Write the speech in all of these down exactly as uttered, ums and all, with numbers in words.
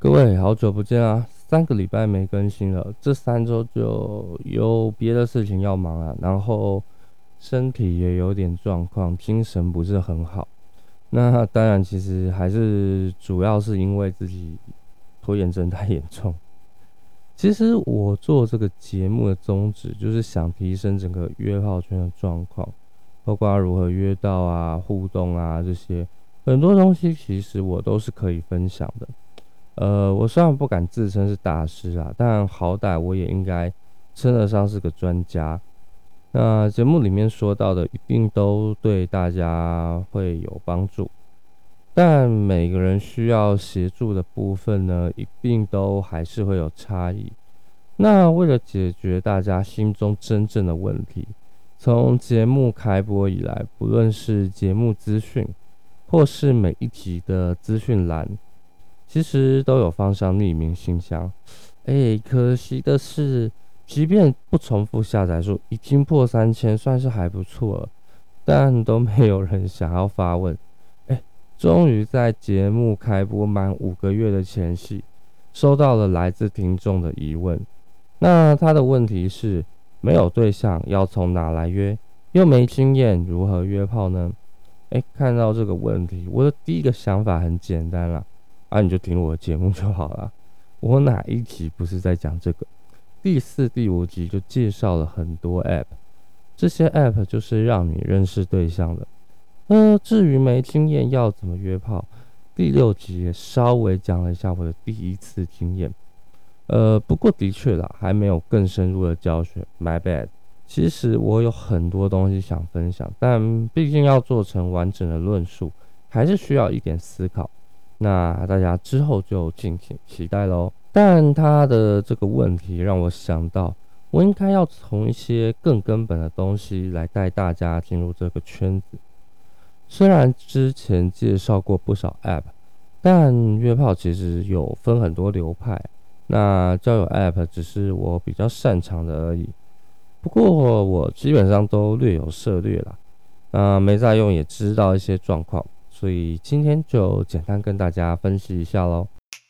各位好久不见啊，三个礼拜没更新了，这三周就有别的事情要忙啊，然后身体也有点状况，精神不是很好。那当然，其实还是主要是因为自己拖延症太严重。其实我做这个节目的宗旨就是想提升整个约炮圈的状况，包括如何约到啊、互动啊这些很多东西，其实我都是可以分享的。呃，我虽然不敢自称是大师啊，但好歹我也应该称得上是个专家。那节目里面说到的，一定都对大家会有帮助，但每个人需要协助的部分呢，一定都还是会有差异。那为了解决大家心中真正的问题，从节目开播以来，不论是节目资讯，或是每一集的资讯栏，其实都有放上匿名信箱。哎，可惜的是，即便不重复下载数已经破三千，算是还不错了，但都没有人想要发问。哎，终于在节目开播满五个月的前夕，收到了来自听众的疑问。那他的问题是：没有对象，要从哪来约？又没经验，如何约炮呢？哎，看到这个问题，我的第一个想法很简单啦。啊，你就听我的节目就好了。我哪一集不是在讲这个？第四、第五集就介绍了很多 App， 这些 App 就是让你认识对象的。呃，至于没经验要怎么约炮，第六集也稍微讲了一下我的第一次经验。呃，不过的确啦，还没有更深入的教学 ，My bad。其实我有很多东西想分享，但毕竟要做成完整的论述，还是需要一点思考。那大家之后就敬请期待咯。但他的这个问题让我想到，我应该要从一些更根本的东西来带大家进入这个圈子。虽然之前介绍过不少 App， 但约炮其实有分很多流派，那交友 App 只是我比较擅长的而已。不过我基本上都略有涉略啦，那没在用也知道一些状况，所以今天就简单跟大家分析一下咯。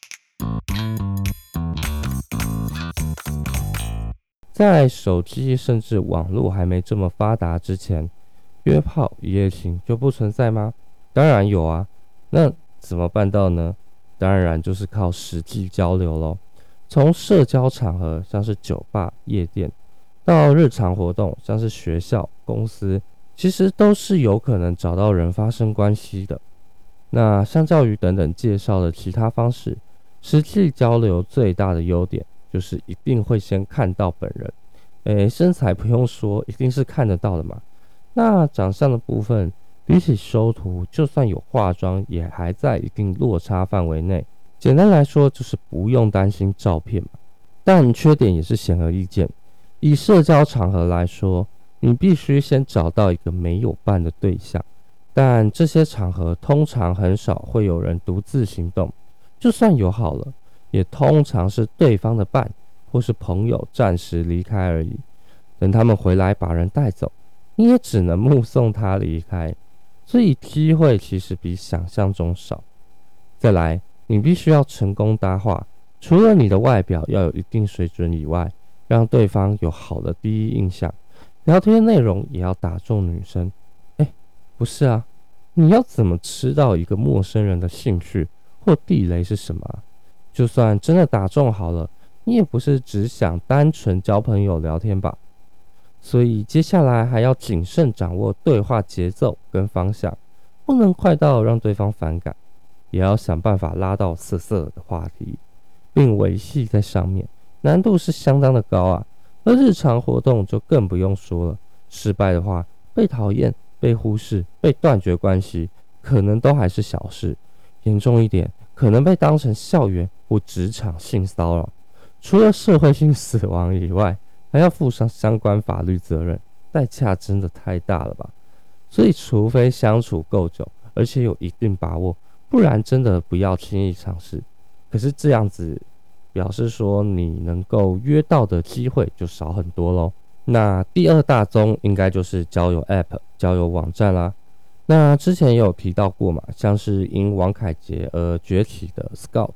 在手机甚至网络还没这么发达之前，约炮一夜情就不存在吗？当然有啊。那怎么办到呢？当然就是靠实际交流咯。从社交场合像是酒吧、夜店，到日常活动像是学校、公司，其实都是有可能找到人发生关系的。那相较于等等介绍的其他方式，实际交流最大的优点就是一定会先看到本人。诶，身材不用说，一定是看得到的嘛。那长相的部分，比起修图，就算有化妆，也还在一定落差范围内。简单来说，就是不用担心照片嘛。但缺点也是显而易见。以社交场合来说，你必须先找到一个没有伴的对象，但这些场合通常很少会有人独自行动，就算有好了，也通常是对方的伴或是朋友暂时离开而已。等他们回来把人带走，你也只能目送他离开，所以机会其实比想象中少。再来，你必须要成功搭话，除了你的外表要有一定水准以外，让对方有好的第一印象，聊天内容也要打中女生。哎，不是啊，你要怎么知道一个陌生人的兴趣或地雷是什么啊？就算真的打中好了，你也不是只想单纯交朋友聊天吧？所以接下来还要谨慎掌握对话节奏跟方向，不能快到让对方反感，也要想办法拉到色色的话题，并维系在上面，难度是相当的高啊。而日常活动就更不用说了，失败的话，被讨厌、被忽视、被断绝关系，可能都还是小事，严重一点，可能被当成校园或职场性骚扰，除了社会性死亡以外，还要负上相关法律责任，代价真的太大了吧？所以，除非相处够久，而且有一定把握，不然真的不要轻易尝试。可是这样子，表示说你能够约到的机会就少很多咯。那第二大宗应该就是交友 App、交友网站啦。那之前也有提到过嘛，像是因王凯杰而崛起的 Scout，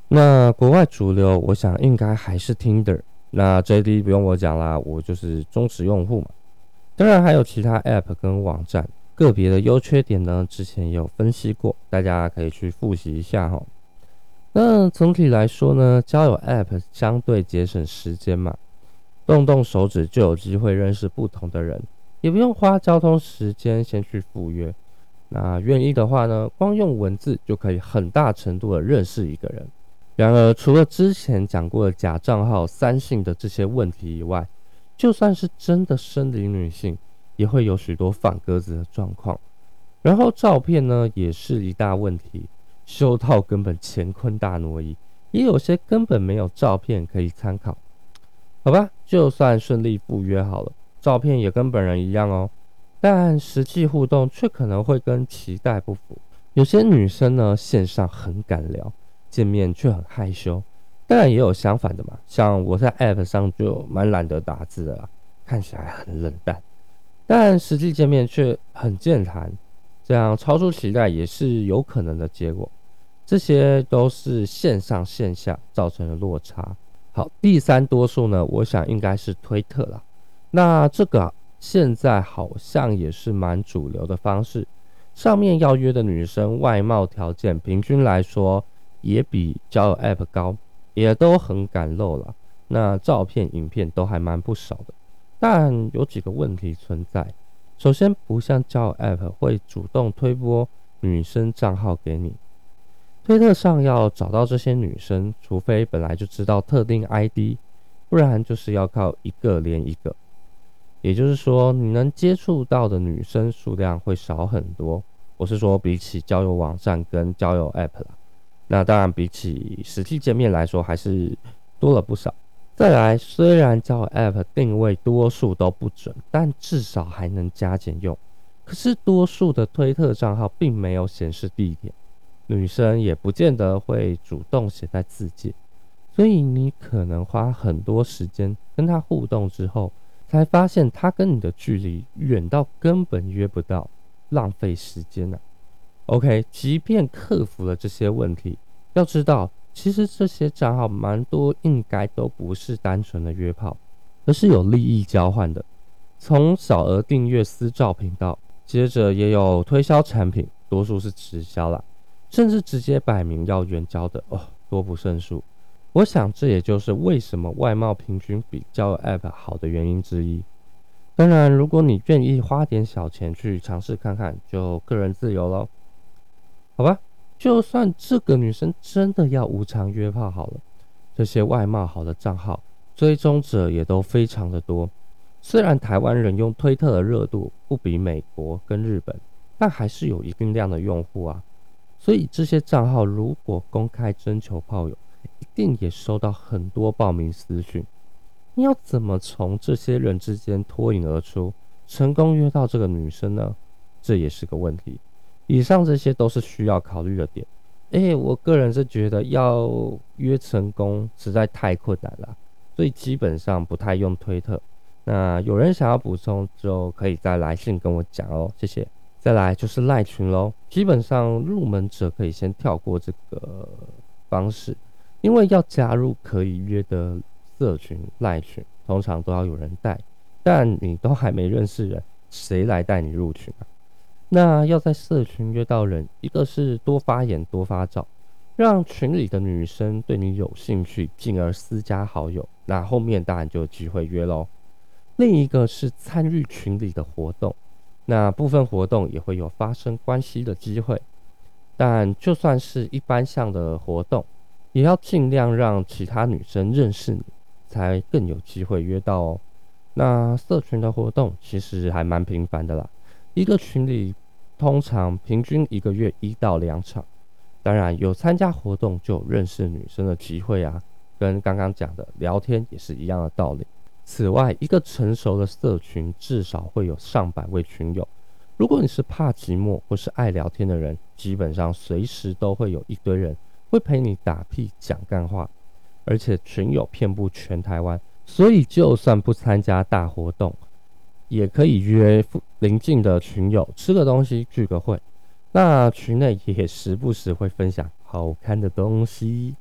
那国外主流，我想应该还是 Tinder。那 J D 不用我讲啦，我就是忠实用户嘛。当然还有其他 App 跟网站，个别的优缺点呢，之前也有分析过，大家可以去复习一下哈。那总体来说呢，交友 App 相对节省时间嘛，动动手指就有机会认识不同的人，也不用花交通时间先去赴约。那愿意的话呢，光用文字就可以很大程度的认识一个人。然而，除了之前讲过的假账号、三性的这些问题以外，就算是真的生理女性，也会有许多放鸽子的状况。然后照片呢，也是一大问题，修到根本乾坤大挪移，也有些根本没有照片可以参考。好吧，就算顺利赴约好了，照片也跟本人一样哦，但实际互动却可能会跟期待不符。有些女生呢，线上很敢聊，见面却很害羞。当然也有相反的嘛，像我在 App 上就蛮懒得打字的啦，看起来很冷淡，但实际见面却很健谈，这样超出期待也是有可能的结果。这些都是线上线下造成的落差。好，第三多数呢，我想应该是推特啦。那这个啊现在好像也是蛮主流的方式。上面要约的女生外貌条件平均来说也比交友 App 高，也都很敢露了。那照片、影片都还蛮不少的，但有几个问题存在。首先，不像交友 App 会主动推播女生账号给你，推特上要找到这些女生，除非本来就知道特定 I D， 不然就是要靠一个连一个。也就是说，你能接触到的女生数量会少很多。我是说，比起交友网站跟交友 App 啦，那当然比起实际见面来说，还是多了不少。再来，虽然交友 App 定位多数都不准，但至少还能加减用。可是多数的推特账号并没有显示地点，女生也不见得会主动写在自介，所以你可能花很多时间跟她互动之后，才发现他跟你的距离远到根本约不到，浪费时间啊。OK， 即便克服了这些问题，要知道，其实这些账号蛮多应该都不是单纯的约炮，而是有利益交换的。从小额订阅私照频道，接着也有推销产品，多数是直销啦，甚至直接摆明要援交的哦，多不胜数。我想这也就是为什么外貌平均比交友 App 好的原因之一。当然，如果你愿意花点小钱去尝试看看，就个人自由咯。好吧，就算这个女生真的要无偿约炮好了，这些外貌好的账号追踪者也都非常的多。虽然台湾人用推特的热度不比美国跟日本，但还是有一定量的用户啊。所以这些账号如果公开征求炮友，一定也收到很多报名私讯。你要怎么从这些人之间脱颖而出，成功约到这个女生呢？这也是个问题。以上这些都是需要考虑的点。诶，我个人是觉得要约成功实在太困难了，所以基本上不太用推特。那有人想要补充就可以再来信跟我讲哦，谢谢。再来就是赖群咯，基本上入门者可以先跳过这个方式，因为要加入可以约的社群赖群，通常都要有人带，但你都还没认识人，谁来带你入群啊？那要在社群约到人，一个是多发言多发照，让群里的女生对你有兴趣，进而私加好友，那后面当然就有机会约咯。另一个是参与群里的活动，那部分活动也会有发生关系的机会，但就算是一般项的活动，也要尽量让其他女生认识你，才更有机会约到哦。那社群的活动其实还蛮频繁的啦，一个群里通常平均一个月一到两场，当然有参加活动就有认识女生的机会啊，跟刚刚讲的聊天也是一样的道理。此外，一个成熟的社群至少会有上百位群友，如果你是怕寂寞或是爱聊天的人，基本上随时都会有一堆人会陪你打屁讲干话，而且群友遍布全台湾，所以就算不参加大活动，也可以约邻近的群友吃个东西聚个会。那群内也时不时会分享好看的东西，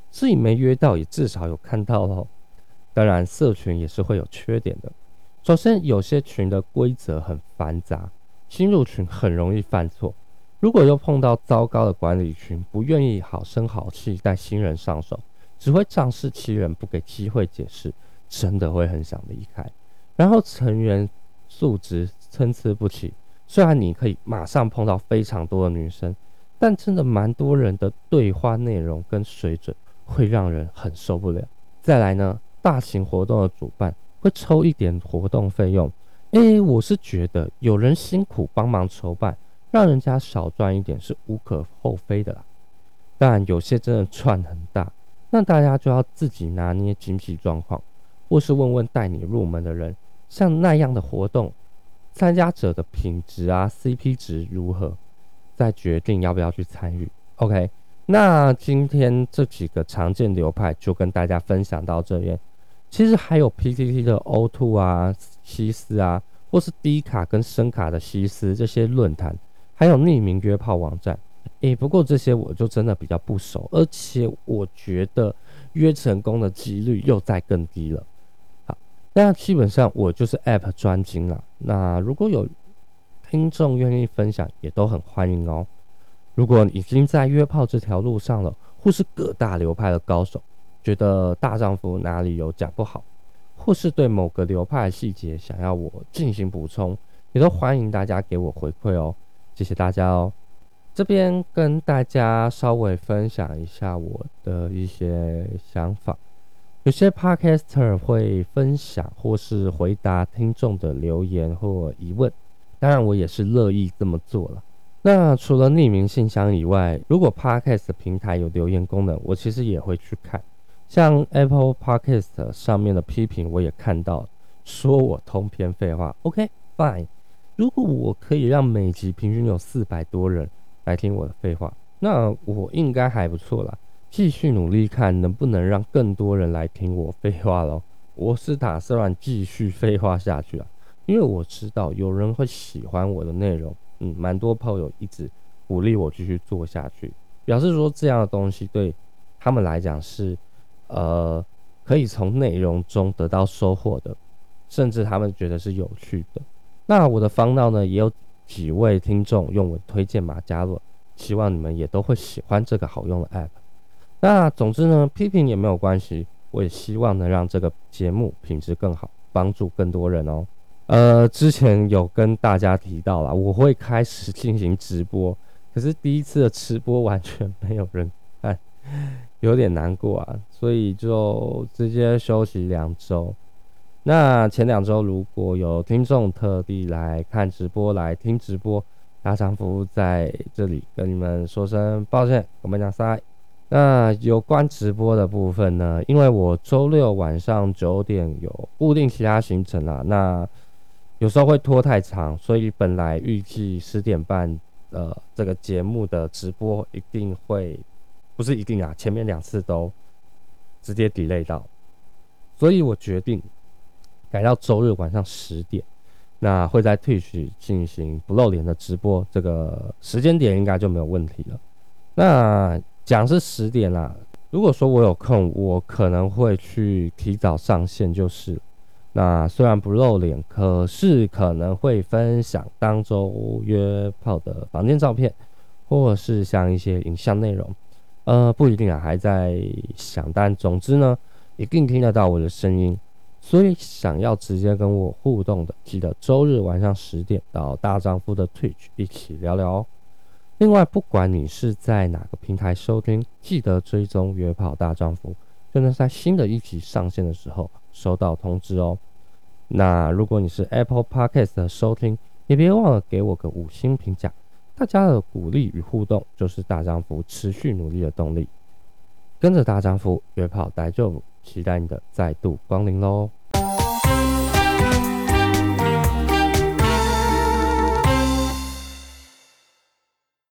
所以没约到也至少有看到咯。当然社群也是会有缺点的，首先有些群的规则很繁杂，新入群很容易犯错，如果又碰到糟糕的管理群，不愿意好声好气带新人上手，只会仗势欺人，不给机会解释，真的会很想离开。然后成员素质参差不齐，虽然你可以马上碰到非常多的女生，但真的蛮多人的对话内容跟水准会让人很受不了。再来呢，大型活动的主办会抽一点活动费用，诶，我是觉得有人辛苦帮忙筹办，让人家少赚一点是无可厚非的啦。当然有些真的赚很大，那大家就要自己拿捏经济状况，或是问问带你入门的人，像那样的活动，参加者的品质啊 C P 值如何，再决定要不要去参与。 OK， 那今天这几个常见流派就跟大家分享到这边。其实还有 P T T 的 O 二 啊、西斯啊，或是 D 卡跟深卡的西斯这些论坛，还有匿名约炮网站。诶，不过这些我就真的比较不熟，而且我觉得约成功的几率又再更低了。好，那基本上我就是 App 专精啦。那如果有听众愿意分享，也都很欢迎哦。如果你已经在约炮这条路上了，或是各大流派的高手，觉得大丈夫哪里有讲不好，或是对某个流派的细节想要我进行补充，也都欢迎大家给我回馈哦。谢谢大家哦。这边跟大家稍微分享一下我的一些想法。有些 podcaster 会分享或是回答听众的留言或疑问，当然我也是乐意这么做了。那除了匿名信箱以外，如果 podcast 平台有留言功能，我其实也会去看。像 Apple Podcast 上面的批评我也看到了，说我通篇废话。 OK fine， 如果我可以让每集平均有四百多人来听我的废话，那我应该还不错啦。继续努力看能不能让更多人来听我废话咯。我是打算继续废话下去啊，因为我知道有人会喜欢我的内容，嗯，蛮多炮友一直鼓励我继续做下去，表示说这样的东西对他们来讲是呃可以从内容中得到收获的，甚至他们觉得是有趣的。那我的方闹呢，也有几位听众用我推荐码加入，希望你们也都会喜欢这个好用的 App。 那总之呢，批评也没有关系，我也希望能让这个节目品质更好，帮助更多人哦。呃，之前有跟大家提到啦，我会开始进行直播，可是第一次的直播完全没有人看，有点难过啊，所以就直接休息两周。那前两周如果有听众特地来看直播，来听直播，大丈夫在这里跟你们说声抱歉，我们讲塞。那有关直播的部分呢，因为我周六晚上九点有固定其他行程啦，那有时候会拖太长，所以本来预计十点半呃这个节目的直播一定会，不是一定啊，前面两次都直接 delay 到，所以我决定改到周日晚上十点，那会在 Twitch 进行不露脸的直播，这个时间点应该就没有问题了。那讲是十点啦，如果说我有空，我可能会去提早上线就是了。那虽然不露脸，可是可能会分享当周约炮的房间照片，或者是像一些影像内容，呃，不一定啊，还在想。但总之呢，一定听得到我的声音，所以想要直接跟我互动的，记得周日晚上十点到大丈夫的 Twitch 一起聊聊哦。另外，不管你是在哪个平台收听，记得追踪约炮大丈夫，就能在新的一集上线的时候收到通知哦。那如果你是 Apple Podcast 的收听，也别忘了给我个五星评价，大家的鼓励与互动就是大丈夫持续努力的动力。跟着大丈夫约炮大丈夫，期待你的再度光临咯。